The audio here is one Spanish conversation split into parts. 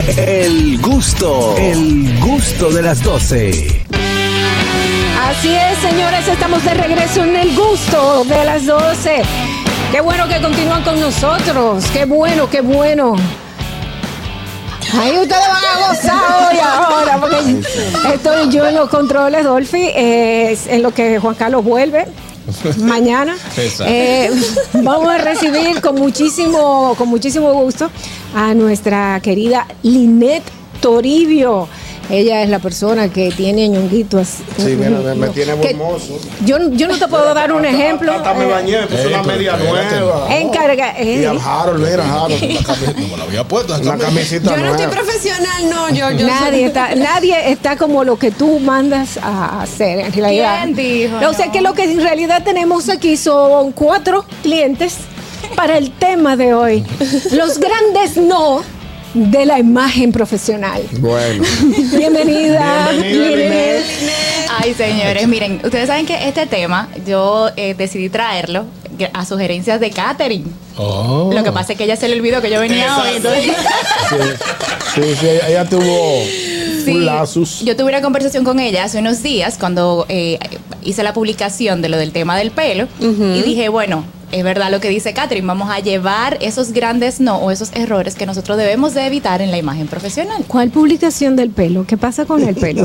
El gusto de las 12. Así es, señores, estamos de regreso en el gusto de las 12. Qué bueno que continúan con nosotros. Qué bueno, qué bueno. Ahí ustedes van a gozar hoy ahora, porque estoy yo en los controles, Dolphy, en lo que Juan Carlos vuelve mañana. Vamos a recibir con muchísimo gusto a nuestra querida Linet Toribio. Ella es la persona que tiene ñonguitos. Sí, mira, me tiene buen mozo. Yo no te puedo dar un ejemplo. Hasta me bañé, puse una media nueva. Encarga. Y al Harold, mira, Harold. No me la había puesto. Una camisita Yo no nueva. estoy profesional, no. Yo Nadie está como lo que tú mandas a hacer, en realidad. ¿Quién dijo? O sea, que lo que en realidad tenemos aquí son 4 clientes para el tema de hoy. Los grandes no de la imagen profesional. Bueno. Bienvenida, Linet. Ay, señores, miren, ustedes saben que este tema yo decidí traerlo a sugerencias de Catherine. Oh. Lo que pasa es que ella se le olvidó que yo venía hoy. Entonces... Sí, ella tuvo Sí, un lapsus. yo tuve una conversación con ella hace unos días cuando hice la publicación de lo del tema del pelo y dije, bueno, es verdad lo que dice Catherine, vamos a llevar esos grandes no o esos errores que nosotros debemos de evitar en la imagen profesional. ¿Cuál publicación del pelo? ¿Qué pasa con el pelo?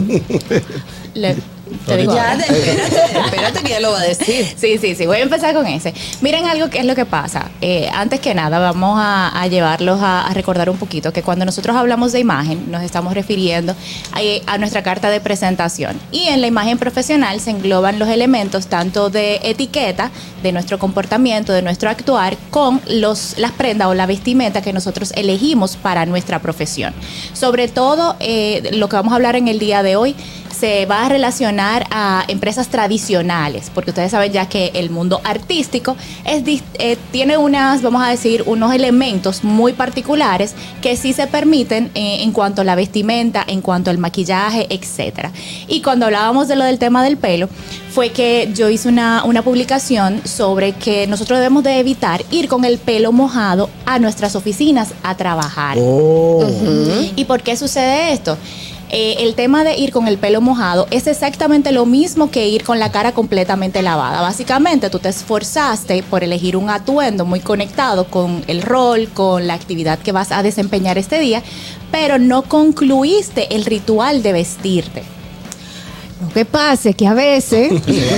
Te digo Ya, ahora. espérate que ya lo va a decir. Sí, voy a empezar con ese. Miren algo que es lo que pasa. Antes que nada, vamos a llevarlos a recordar un poquito que cuando nosotros hablamos de imagen, nos estamos refiriendo a nuestra carta de presentación. Y en la imagen profesional se engloban los elementos tanto de etiqueta, de nuestro comportamiento, de nuestro actuar, con las prendas o la vestimenta que nosotros elegimos para nuestra profesión. Sobre todo, lo que vamos a hablar en el día de hoy se va a relacionar a empresas tradicionales, porque ustedes saben ya que el mundo artístico tiene vamos a decir, unos elementos muy particulares que sí se permiten en cuanto a la vestimenta, en cuanto al maquillaje, etcétera. Y cuando hablábamos de lo del tema del pelo, fue que yo hice una publicación sobre que nosotros debemos de evitar ir con el pelo mojado a nuestras oficinas a trabajar. Oh. ¿Y por qué sucede esto? El tema de ir con el pelo mojado es exactamente lo mismo que ir con la cara completamente lavada. Básicamente, tú te esforzaste por elegir un atuendo muy conectado con el rol, con la actividad que vas a desempeñar este día, pero no concluiste el ritual de vestirte. Lo que pasa es que a veces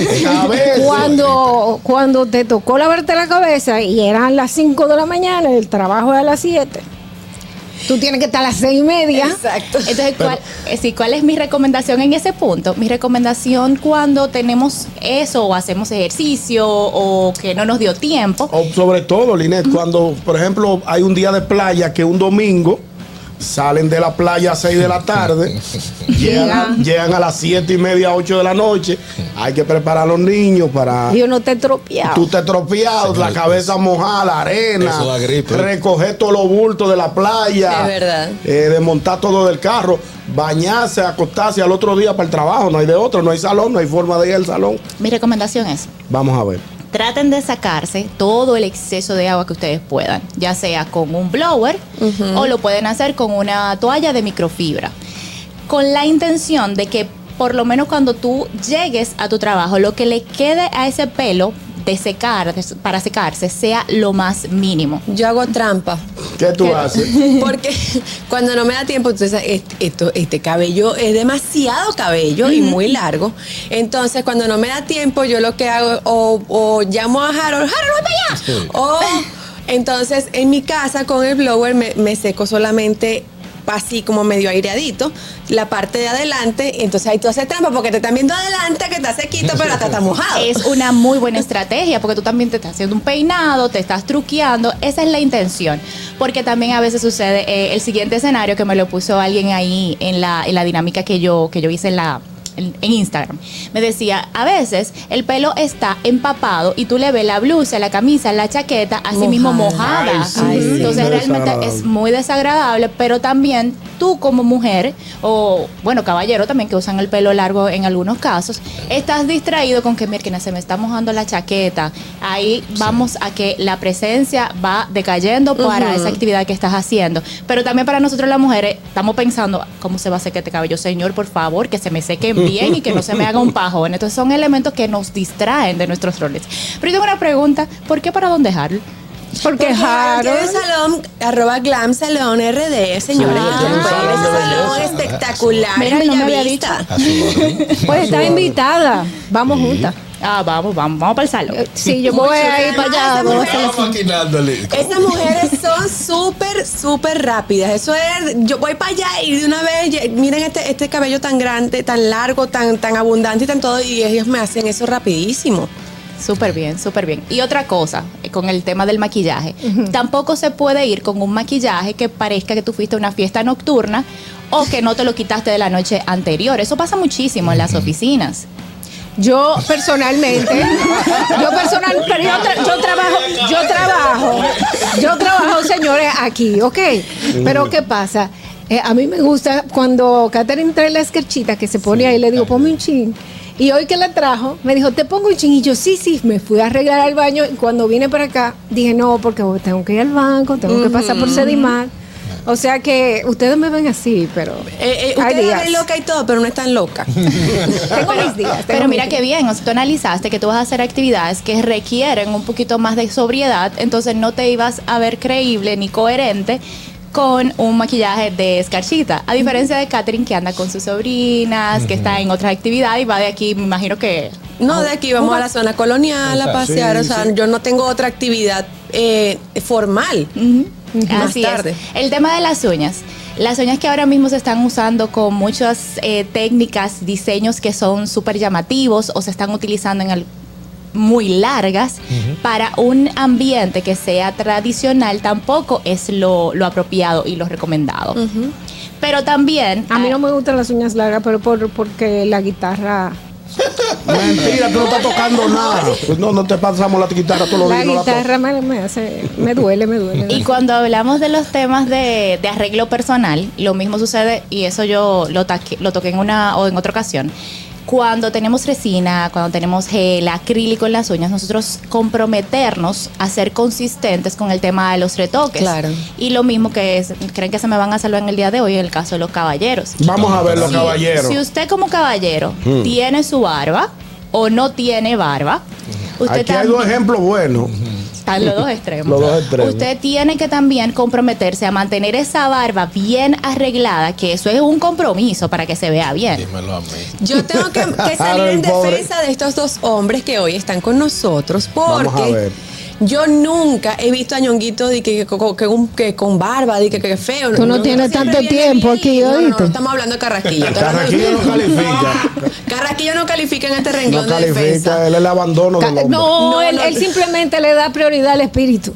cuando te tocó lavarte la cabeza y eran las 5 de la mañana, el trabajo es a las 7. Tú tienes que estar a las 6:30. Exacto. Entonces, ¿cuál es mi recomendación en ese punto? Mi recomendación cuando tenemos eso o hacemos ejercicio o que no nos dio tiempo. O sobre todo, Linet, cuando, por ejemplo, hay un día de playa que un domingo salen de la playa a 6 de la tarde, llegan a las 7:30, 8 de la noche. Hay que preparar a los niños para. Yo no te he tropeado. Tú te tropeado, la cabeza mojada, la arena, Eso da gripe. recoger todos los bultos de la playa, Es verdad. Desmontar todo del carro, bañarse, acostarse al otro día para el trabajo. No hay de otro, no hay salón, no hay forma de ir al salón. Mi recomendación es: Vamos a ver. traten de sacarse todo el exceso de agua que ustedes puedan, ya sea con un blower o lo pueden hacer con una toalla de microfibra, con la intención de que por lo menos cuando tú llegues a tu trabajo, lo que le quede a ese pelo para secarse sea lo más mínimo. Yo hago trampa. ¿Qué tú haces? Porque cuando no me da tiempo, entonces este cabello es demasiado cabello y muy largo. Entonces, cuando no me da tiempo, yo lo que hago o llamo a Harold, ¡voy para allá! Sí. O entonces, en mi casa con el blower me seco solamente así como medio aireadito, la parte de adelante, entonces ahí tú haces trampa porque te están viendo adelante que está sequito, pero hasta está mojado. Es una muy buena estrategia porque tú también te estás haciendo un peinado, te estás truqueando, esa es la intención, porque también a veces sucede el siguiente escenario que me lo puso alguien ahí en la dinámica que yo hice en en Instagram. Me decía, a veces el pelo está empapado y tú le ves la blusa, la camisa, la chaqueta, así mismo mojada. Ay, sí, Entonces muy realmente desagradable. es muy desagradable, pero también tú como mujer, o bueno, caballero también que usan el pelo largo en algunos casos, estás distraído con que, mira, se me está mojando la chaqueta. Ahí vamos a que la presencia va decayendo para esa actividad que estás haciendo. Pero también para nosotros las mujeres estamos pensando, ¿cómo se va a secar este cabello? Señor, por favor, que se me sequen bien y que no se me haga un pajón. Entonces son elementos que nos distraen de nuestros roles. Pero yo tengo una pregunta, ¿por qué para dónde Harold? Porque Harold. Tiene salón, @Glam Salón RD, señores. Ah, Tiene un salón de salón belleza. espectacular. Mira, en no me había Bellavista. A su orden. Pues está invitada. Vamos juntas. Vamos para el salón. Sí, yo voy a ir para allá. Esa mujer- Estaba maquinándole. Esas mujeres son súper rápidas. Eso es, yo voy para allá y de una vez, miren este cabello tan grande, tan largo, tan abundante y tan todo, y ellos me hacen eso rapidísimo. Súper bien, súper bien. Y otra cosa, con el tema del maquillaje. Tampoco se puede ir con un maquillaje que parezca que tú fuiste a una fiesta nocturna o que no te lo quitaste de la noche anterior. Eso pasa muchísimo en las oficinas. Yo personalmente, pero yo trabajo, señores, aquí, ¿ok? Pero ¿qué pasa? A mí me gusta cuando Catherine trae la escarchita que se pone ahí, le digo, ponme un chin. Y hoy que la trajo, me dijo, ¿te pongo un chin? Y yo, sí, me fui a arreglar al baño. Y cuando vine para acá, dije, no, porque tengo que ir al banco, tengo que pasar por Sedimar. O sea que ustedes me ven así, pero hay Usted días. es loca y todo, pero no es tan loca. Tengo mis días. Pero mira qué bien, o sea, tú analizaste que tú vas a hacer actividades que requieren un poquito más de sobriedad, entonces no te ibas a ver creíble ni coherente con un maquillaje de escarchita. A diferencia de Catherine, que anda con sus sobrinas, que está en otra actividad y va de aquí, me imagino que... No, de aquí vamos a la zona colonial a Exacto. pasear. Sí, o sea, sí. yo no tengo otra actividad formal. Más Así tarde. es. El tema de las uñas. Las uñas que ahora mismo se están usando con muchas técnicas, diseños que son súper llamativos o se están utilizando muy largas para un ambiente que sea tradicional, tampoco es lo apropiado y lo recomendado. Pero también... A mí no me gustan las uñas largas, pero porque la guitarra... Mentira, tú no estás tocando nada. Pues no te pasamos la guitarra todos los La días. no la guitarra me hace... Me duele. Y cuando hablamos de los temas de arreglo personal, lo mismo sucede, y eso yo lo toqué en otra ocasión. Cuando tenemos resina, cuando tenemos gel, acrílico en las uñas, nosotros comprometernos a ser consistentes con el tema de los retoques. Claro. Y lo mismo creen que se me van a salvar en el día de hoy en el caso de los caballeros. Vamos a ver los Si- caballeros. Si usted como caballero tiene su barba o no tiene barba, usted Aquí hay dos ejemplos buenos. están los dos extremos. Los dos extremos. Usted tiene que también comprometerse a mantener esa barba bien arreglada, que eso es un compromiso para que se vea bien. Dímelo a mí. Yo tengo que salir Claro, en el pobre. defensa de estos dos hombres que hoy están con nosotros, Vamos a porque ver. yo nunca he visto a Ñonguito de que con barba, de que feo. Tú no tienes siempre tanto viene tiempo bien. aquí, No, ¿oíste? estamos hablando de Carrasquillo. Carraquillo no califica. Carrasquillo no califica en este No renglón de defensa. califica, él es el abandono del hombre. No, él no. simplemente le da prioridad al espíritu.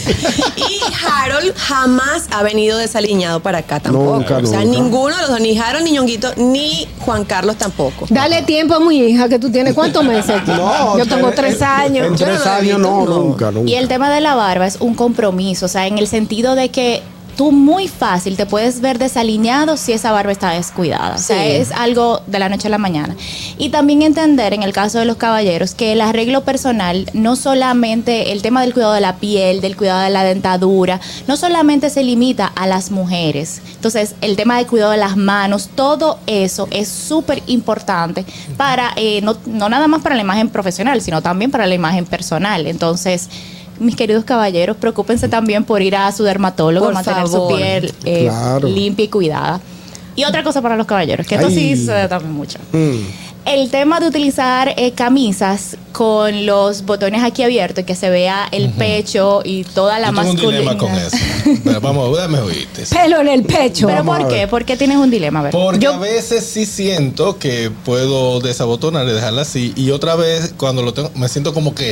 Y Harold jamás ha venido desaliñado para acá tampoco. Nunca, o sea, nunca. ninguno de los dos, ni Harold, ni Ñonguito, ni Juan Carlos tampoco. Dale tiempo a mi hija, que tú tienes ¿cuántos meses aquí? No, Yo tengo 3 años. En Yo no 3 lo he años visto, no, no. nunca. Y el tema de la barba es un compromiso, o sea, en el sentido de que tú muy fácil te puedes ver desalineado si esa barba está descuidada. O sea, Sí. es algo de la noche a la mañana. Y también entender, en el caso de los caballeros, que el arreglo personal, no solamente el tema del cuidado de la piel, del cuidado de la dentadura, no solamente se limita a las mujeres. Entonces, el tema del cuidado de las manos, todo eso es súper importante para, no nada más para la imagen profesional, sino también para la imagen personal. Entonces, mis queridos caballeros, preocúpense también por ir a su dermatólogo, Por mantener favor. su piel Claro. limpia y cuidada. Y otra cosa para los caballeros, que esto sí Ay. se da también mucho. Mm. El tema de utilizar camisas con los botones aquí abiertos y que se vea el pecho y toda la Yo tengo un masculinidad. dilema con eso. Pero vamos, déjame oírte. Pelo en el pecho. ¿Pero Vamos por a qué? ver. ¿Por qué tienes un dilema? A ver. Porque Yo- a veces sí siento que puedo desabotonar y dejarla así. Y otra vez, cuando lo tengo, me siento como que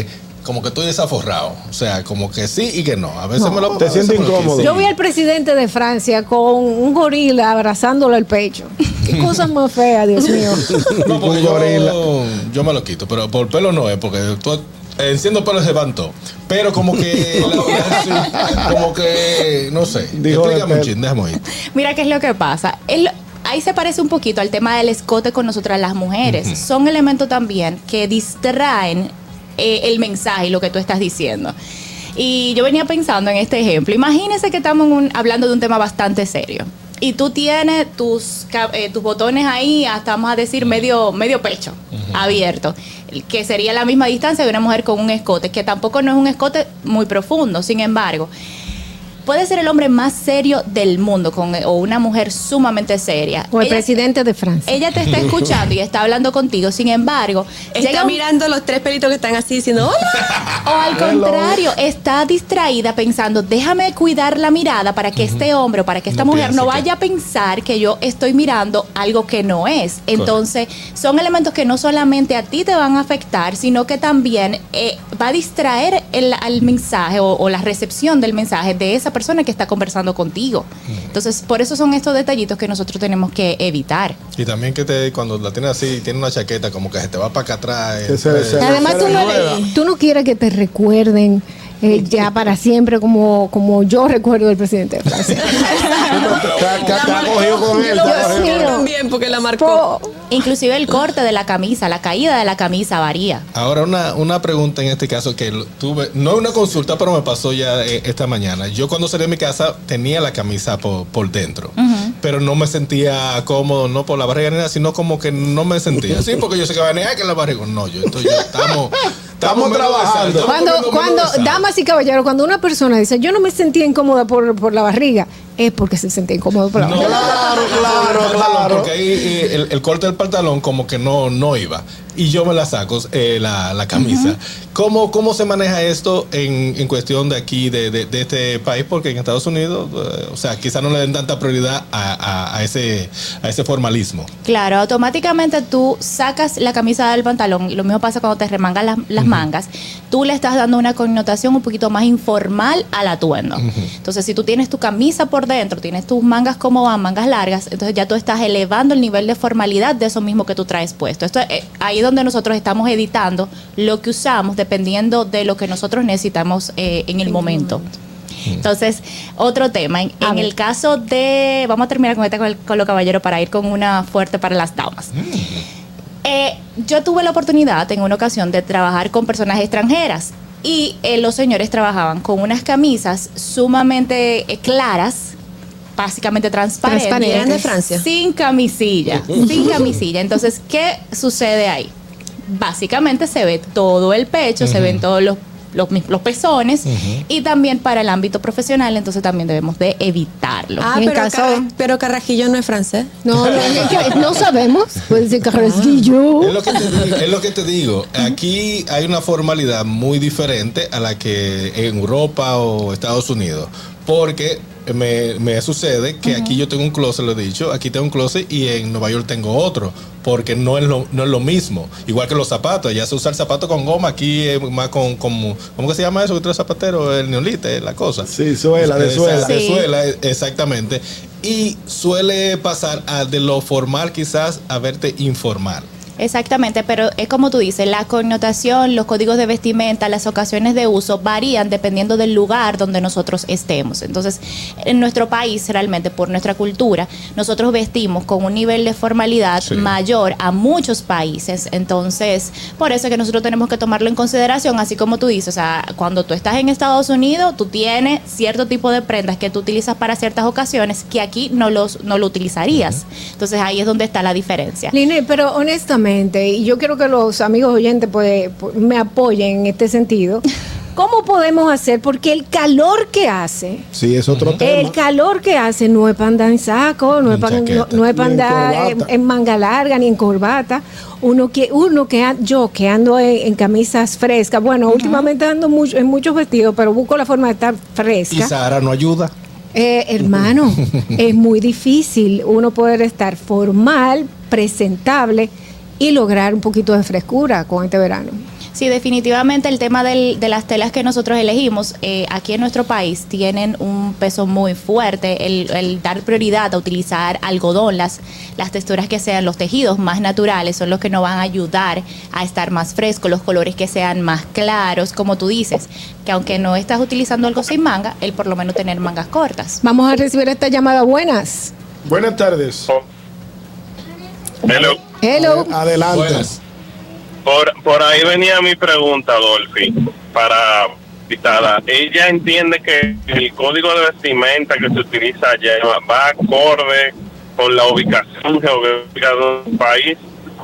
como que estoy desaforrado. O sea, como que sí y que no. A veces me lo te sientes incómodo. Yo vi al presidente de Francia con un gorila abrazándole el pecho. Qué cosa más fea, Dios mío. No, porque yo me lo quito, pero por pelo no es, porque tú enciendo pelo se levantó. Pero como que, como que, no sé. Explícame un chin, déjame ir. Mira qué es lo que pasa. Ahí se parece un poquito al tema del escote con nosotras las mujeres. Son elementos también que distraen el mensaje y lo que tú estás diciendo. Y yo venía pensando en este ejemplo. Imagínense que estamos hablando de un tema bastante serio. Y tú tienes tus botones ahí, hasta vamos a decir medio pecho abierto, que sería la misma distancia de una mujer con un escote, que tampoco no es un escote muy profundo. Sin embargo, puede ser el hombre más serio del mundo o una mujer sumamente seria. O el presidente de Francia. Ella te está escuchando y está hablando contigo. Sin embargo, está mirando los tres pelitos que están así diciendo hola. O al contrario, está distraída pensando, déjame cuidar la mirada para que este hombre o para que esta mujer no vaya a pensar que yo estoy mirando algo que no es. Entonces, son elementos que no solamente a ti te van a afectar, sino que también va a distraer al mensaje o la recepción del mensaje de esa persona que está conversando contigo. Entonces, por eso son estos detallitos que nosotros tenemos que evitar. Y también que cuando la tienes así, tiene una chaqueta, como que se te va para acá atrás. Además, tú no quieres que te recuerden ya para siempre como yo recuerdo del presidente de Francia. Te ha cogido con él. También porque la marcó. Inclusive el corte de la camisa, la caída de la camisa varía. Ahora una pregunta en este caso que tuve, no es una consulta, pero me pasó ya esta mañana. Yo cuando salí de mi casa tenía la camisa por dentro, pero no me sentía cómodo, no por la barriga ni nada, sino como que no me sentía. Sí, porque yo sé que va a negar que la barriga. No, estamos trabajando. Cuando damas y caballeros, cuando una persona dice yo no me sentía incómoda por la barriga, es porque se sentía incómodo por la barriga. Claro. Porque ahí el corte del pantalón como que no iba. Y yo me la saco, la camisa. ¿Cómo se maneja esto en cuestión de aquí, de este país? Porque en Estados Unidos, o sea, quizás no le den tanta prioridad a ese formalismo. Claro, automáticamente tú sacas la camisa del pantalón, y lo mismo pasa cuando te remangas las mangas. Tú le estás dando una connotación un poquito más informal al atuendo. Entonces, si tú tienes tu camisa por dentro, tienes tus mangas como van, mangas largas, entonces ya tú estás elevando el nivel de formalidad de eso mismo que tú traes puesto. Esto ahí es donde nosotros estamos editando lo que usamos dependiendo de lo que nosotros necesitamos en el momento. Entonces, otro tema, en el caso de, vamos a terminar con los caballeros para ir con una fuerte para las damas. Yo tuve la oportunidad en una ocasión de trabajar con personas extranjeras y los señores trabajaban con unas camisas sumamente claras, básicamente transparentes. ¿Eran de Francia? Sin camisilla, sin camisilla. Entonces, ¿qué sucede ahí? Básicamente se ve todo el pecho, se ven todos los pezones y también para el ámbito profesional, entonces también debemos de evitarlo. Pero Carrasquillo no es francés. No sabemos. Puede decir Carrasquillo. Es lo que te digo. Aquí hay una formalidad muy diferente a la que en Europa o Estados Unidos. Porque me sucede que aquí yo tengo un closet, lo he dicho, aquí tengo un closet y en Nueva York tengo otro, porque no es lo mismo. Igual que los zapatos, ya se usa el zapato con goma, aquí es más con ¿cómo que se llama eso que trae el zapatero? El neolite, la cosa. Sí, suela, de suela. De suela, exactamente. Y suele pasar de lo formal quizás a verte informal. Exactamente, pero es como tú dices, la connotación, los códigos de vestimenta, las ocasiones de uso varían dependiendo del lugar donde nosotros estemos. Entonces, en nuestro país, realmente, por nuestra cultura, nosotros vestimos con un nivel de formalidad mayor a muchos países. Entonces, por eso es que nosotros tenemos que tomarlo en consideración, así como tú dices, o sea, cuando tú estás en Estados Unidos, tú tienes cierto tipo de prendas que tú utilizas para ciertas ocasiones que aquí no lo utilizarías. Entonces, ahí es donde está la diferencia. Line, pero honestamente, y yo quiero que los amigos oyentes me apoyen en este sentido. ¿Cómo podemos hacer? Porque el calor que hace. Sí, es otro tema. El calor que hace no es para andar en saco, no es para andar en manga larga ni en corbata. Yo que ando en camisas frescas. Bueno, últimamente ando en muchos vestidos, pero busco la forma de estar fresca. ¿Y Sara no ayuda? Hermano, es muy difícil uno poder estar formal, presentable y lograr un poquito de frescura con este verano. Sí, definitivamente el tema de las telas que nosotros elegimos aquí en nuestro país tienen un peso muy fuerte. El dar prioridad a utilizar algodón, las texturas que sean los tejidos más naturales son los que nos van a ayudar a estar más frescos, los colores que sean más claros, como tú dices, que aunque no estás utilizando algo sin manga, el por lo menos tener mangas cortas. Vamos a recibir esta llamada. Buenas. Buenas tardes. Hello. Hello. Adelante. Buenas. Por ahí venía mi pregunta, Dolphy, para invitada. Ella entiende que el código de vestimenta que se utiliza allá va acorde con la ubicación geográfica de un país,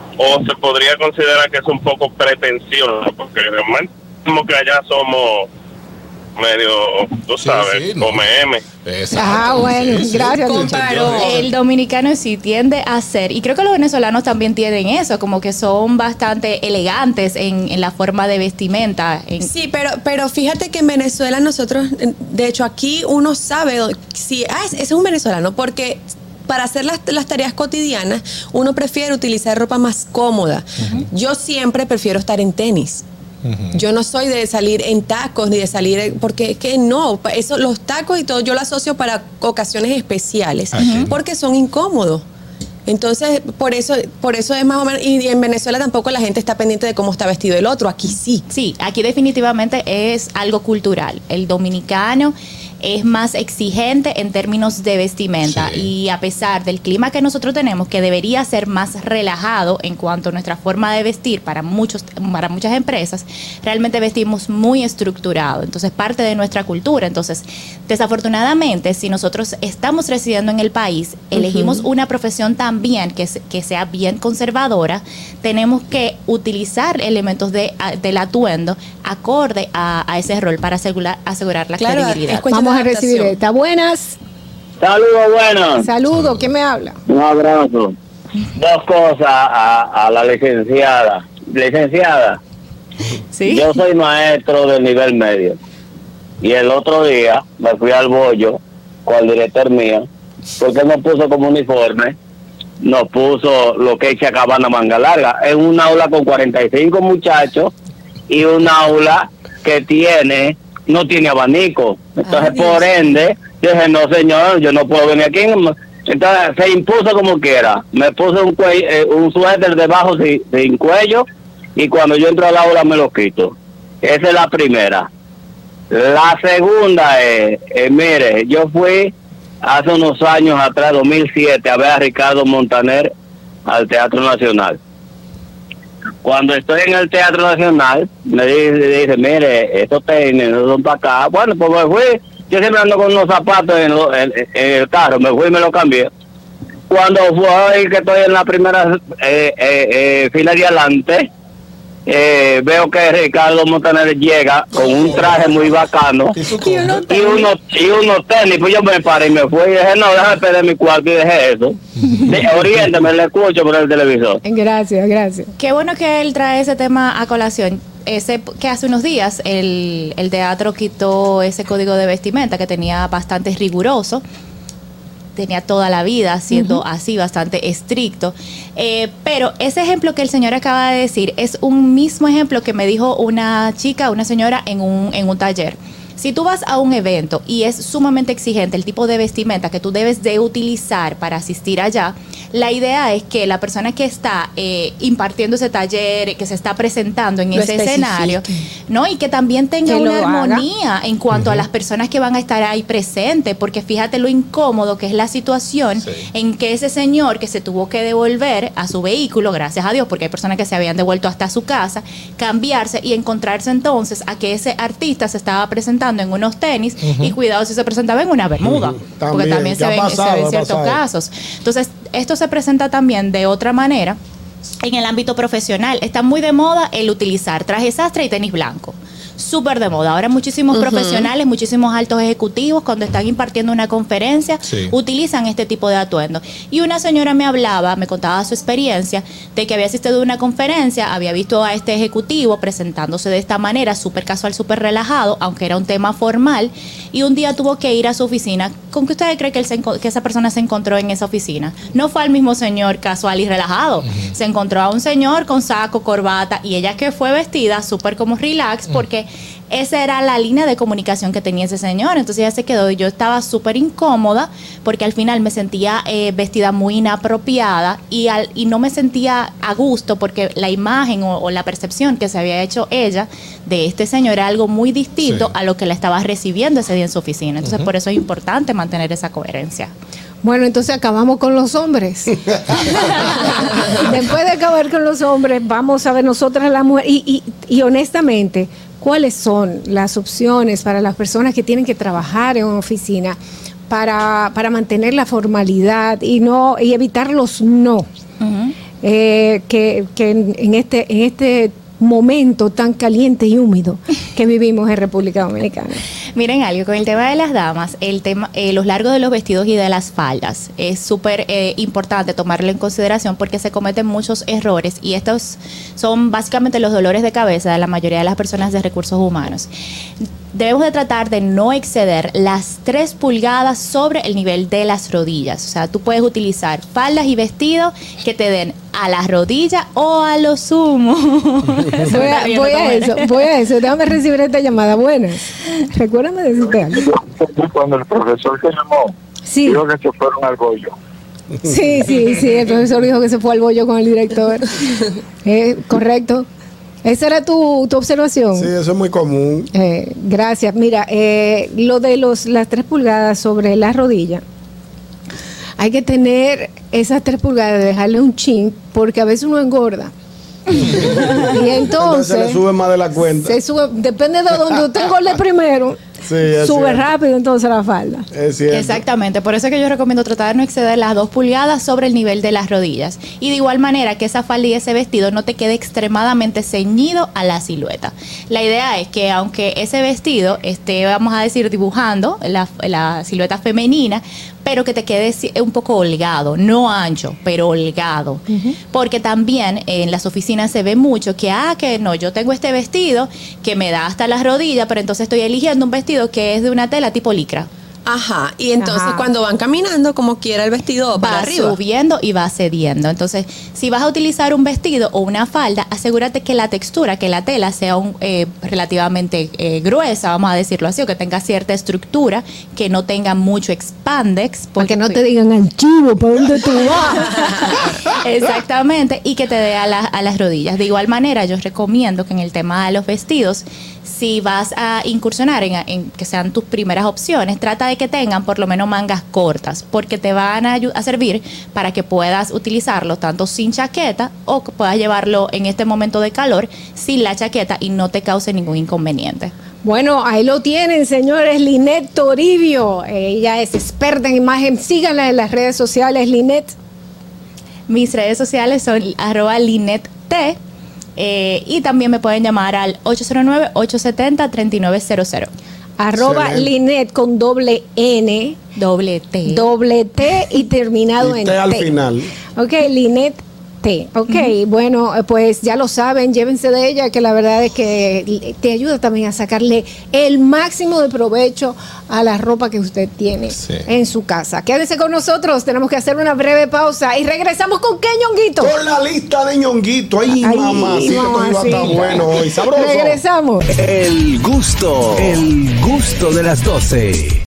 o se podría considerar que es un poco pretencioso, porque realmente como que allá somos medio, tú sabes, no. OMM. Exacto. Bueno, gracias. Comparó. El dominicano sí tiende a ser, y creo que los venezolanos también tienen eso, como que son bastante elegantes en la forma de vestimenta. Sí, pero fíjate que en Venezuela nosotros, de hecho aquí uno sabe si ese es un venezolano, porque para hacer las tareas cotidianas uno prefiere utilizar ropa más cómoda. Yo siempre prefiero estar en tenis. Yo no soy de salir en tacos ni de salir, porque es que no, eso, los tacos y todo yo lo asocio para ocasiones especiales, porque son incómodos. Entonces, por eso es más o menos, y en Venezuela tampoco la gente está pendiente de cómo está vestido el otro, aquí sí. Sí, aquí definitivamente es algo cultural. El dominicano es más exigente en términos de vestimenta, Sí. y a pesar del clima que nosotros tenemos, que debería ser más relajado en cuanto a nuestra forma de vestir para muchas empresas, realmente vestimos muy estructurado. Entonces, parte de nuestra cultura. Entonces, desafortunadamente, si nosotros estamos residiendo en el país, elegimos una profesión también que sea bien conservadora, tenemos que utilizar elementos del atuendo acorde a ese rol para asegurar la Claro, credibilidad. es cuestión Vamos a de recibir adaptación. esta. Buenas. Saludos, buenos. Saludos. ¿Quién me habla? Un abrazo. Dos cosas a la licenciada. Licenciada, ¿Sí? yo soy maestro del nivel medio. Y el otro día me fui al bollo con el director mío, porque nos puso como uniforme, nos puso lo que es Chacabana Manga Larga. Es un aula con 45 muchachos y un aula que no tiene abanico. Entonces, por ende, yo dije, no señor, yo no puedo venir aquí. Entonces se impuso como quiera. Me puse un suéter debajo sin cuello, y cuando yo entro al aula me lo quito. Esa es la primera. La segunda es, mire, yo fui hace unos años atrás, 2007, a ver a Ricardo Montaner al Teatro Nacional. Cuando estoy en el Teatro Nacional, me dice, mire, estos tenis no son para acá. Bueno, pues me fui. Yo siempre ando con unos zapatos en el carro, me fui y me lo cambié. Cuando fue que estoy en la primera fila de adelante, veo que Ricardo Montaner llega con un traje muy bacano y unos tenis. Pues yo me paré y me fui y dije, no, déjame perder mi cuarto, y dejé eso. Oriéntame, le escucho por el televisor. Gracias. Qué bueno que él trae ese tema a colación. Que hace unos días el teatro quitó ese código de vestimenta que tenía bastante riguroso. Tenía toda la vida siendo así, bastante estricto. Pero ese ejemplo que el señor acaba de decir es un mismo ejemplo que me dijo una señora en un taller. Si tú vas a un evento y es sumamente exigente el tipo de vestimenta que tú debes de utilizar para asistir allá, la idea es que la persona que está impartiendo ese taller, que se está presentando en ese escenario, ¿no? Y que también tenga Que una lo haga. armonía en cuanto a las personas que van a estar ahí presentes, porque fíjate lo incómodo que es la situación en que ese señor que se tuvo que devolver a su vehículo, gracias a Dios, porque hay personas que se habían devuelto hasta su casa, cambiarse y encontrarse entonces a que ese artista se estaba presentando en unos tenis y cuidado si se presentaba en una bermuda, porque también se ven ciertos casos. Entonces, esto se presenta también de otra manera en el ámbito profesional. Está muy de moda el utilizar traje sastre y tenis blanco. súper de moda. Ahora muchísimos profesionales, muchísimos altos ejecutivos, cuando están impartiendo una conferencia, utilizan este tipo de atuendo. Y una señora me contaba su experiencia de que había asistido a una conferencia, había visto a este ejecutivo presentándose de esta manera, súper casual, súper relajado, aunque era un tema formal, y un día tuvo que ir a su oficina. ¿Con qué ustedes creen que esa persona se encontró en esa oficina? No fue al mismo señor casual y relajado. Se encontró a un señor con saco, corbata, y ella que fue vestida súper como relax, porque esa era la línea de comunicación que tenía ese señor. Entonces ella se quedó y yo estaba súper incómoda porque al final me sentía vestida muy inapropiada y no me sentía a gusto porque la imagen o la percepción que se había hecho ella de este señor era algo muy distinto a lo que la estaba recibiendo ese día en su oficina. Entonces por eso es importante mantener esa coherencia. Bueno, entonces acabamos con los hombres. Después de acabar con los hombres, vamos a ver nosotras las mujeres. Y honestamente, ¿cuáles son las opciones para las personas que tienen que trabajar en una oficina para mantener la formalidad y evitar los no? Que en este momento tan caliente y húmedo que vivimos en República Dominicana. Miren algo, con el tema de las damas, los largos de los vestidos y de las faldas es súper importante tomarlo en consideración porque se cometen muchos errores y estos son básicamente los dolores de cabeza de la mayoría de las personas de recursos humanos. Debemos de tratar de no exceder las 3 pulgadas sobre el nivel de las rodillas. O sea, tú puedes utilizar faldas y vestidos que te den a las rodillas o a lo sumo. Voy a eso. Déjame recibir esta llamada. Buenas. Recuérdame decirte algo. Cuando el profesor te llamó, dijo que se fueron al bollo. Sí, el profesor dijo que se fue al bollo con el director. Correcto. ¿Esa era tu observación? Sí, eso es muy común. Gracias. Mira, lo de las 3 pulgadas sobre la rodilla, hay que tener esas 3 pulgadas, dejarle un chin, porque a veces uno engorda. Y entonces se le sube más de la cuenta. Se sube, depende de donde usted engorde primero. Sube rápido entonces la falda. Es cierto. Exactamente, por eso es que yo recomiendo tratar de no exceder las 2 pulgadas sobre el nivel de las rodillas. Y de igual manera que esa falda y ese vestido no te quede extremadamente ceñido a la silueta. La idea es que aunque ese vestido esté, vamos a decir, dibujando la silueta femenina, pero que te quede un poco holgado, no ancho, pero holgado. Porque también en las oficinas se ve mucho que no, yo tengo este vestido que me da hasta las rodillas, pero entonces estoy eligiendo un vestido que es de una tela tipo licra. Ajá, y entonces cuando van caminando, como quiera el vestido para arriba. Va subiendo y va cediendo. Entonces, si vas a utilizar un vestido o una falda, asegúrate que la textura, que la tela sea relativamente gruesa, vamos a decirlo así, o que tenga cierta estructura, que no tenga mucho expandex. Para que no te digan archivo, ¿para dónde tú vas? Exactamente, y que te dé a las rodillas. De igual manera, yo recomiendo que en el tema de los vestidos, si vas a incursionar en que sean tus primeras opciones, trata de que tengan por lo menos mangas cortas, porque te van a servir para que puedas utilizarlo tanto sin chaqueta o que puedas llevarlo en este momento de calor sin la chaqueta y no te cause ningún inconveniente. Bueno, ahí lo tienen, señores. Linet Toribio, ella es experta en imagen. Síganla en las redes sociales, Linet. Mis redes sociales son @LinetT. Y también me pueden llamar al 809-870-3900. @Linet con doble N. Doble T y terminado en T al final. Ok, Linet T. Ok, bueno, pues ya lo saben, llévense de ella, que la verdad es que te ayuda también a sacarle el máximo de provecho a la ropa que usted tiene en su casa. Quédense con nosotros, tenemos que hacer una breve pausa y regresamos con ¿qué, Ñonguito? Con la lista de Ñonguito. Ay, mamacita, iba tan bueno hoy, sabroso. Regresamos. El gusto de las 12.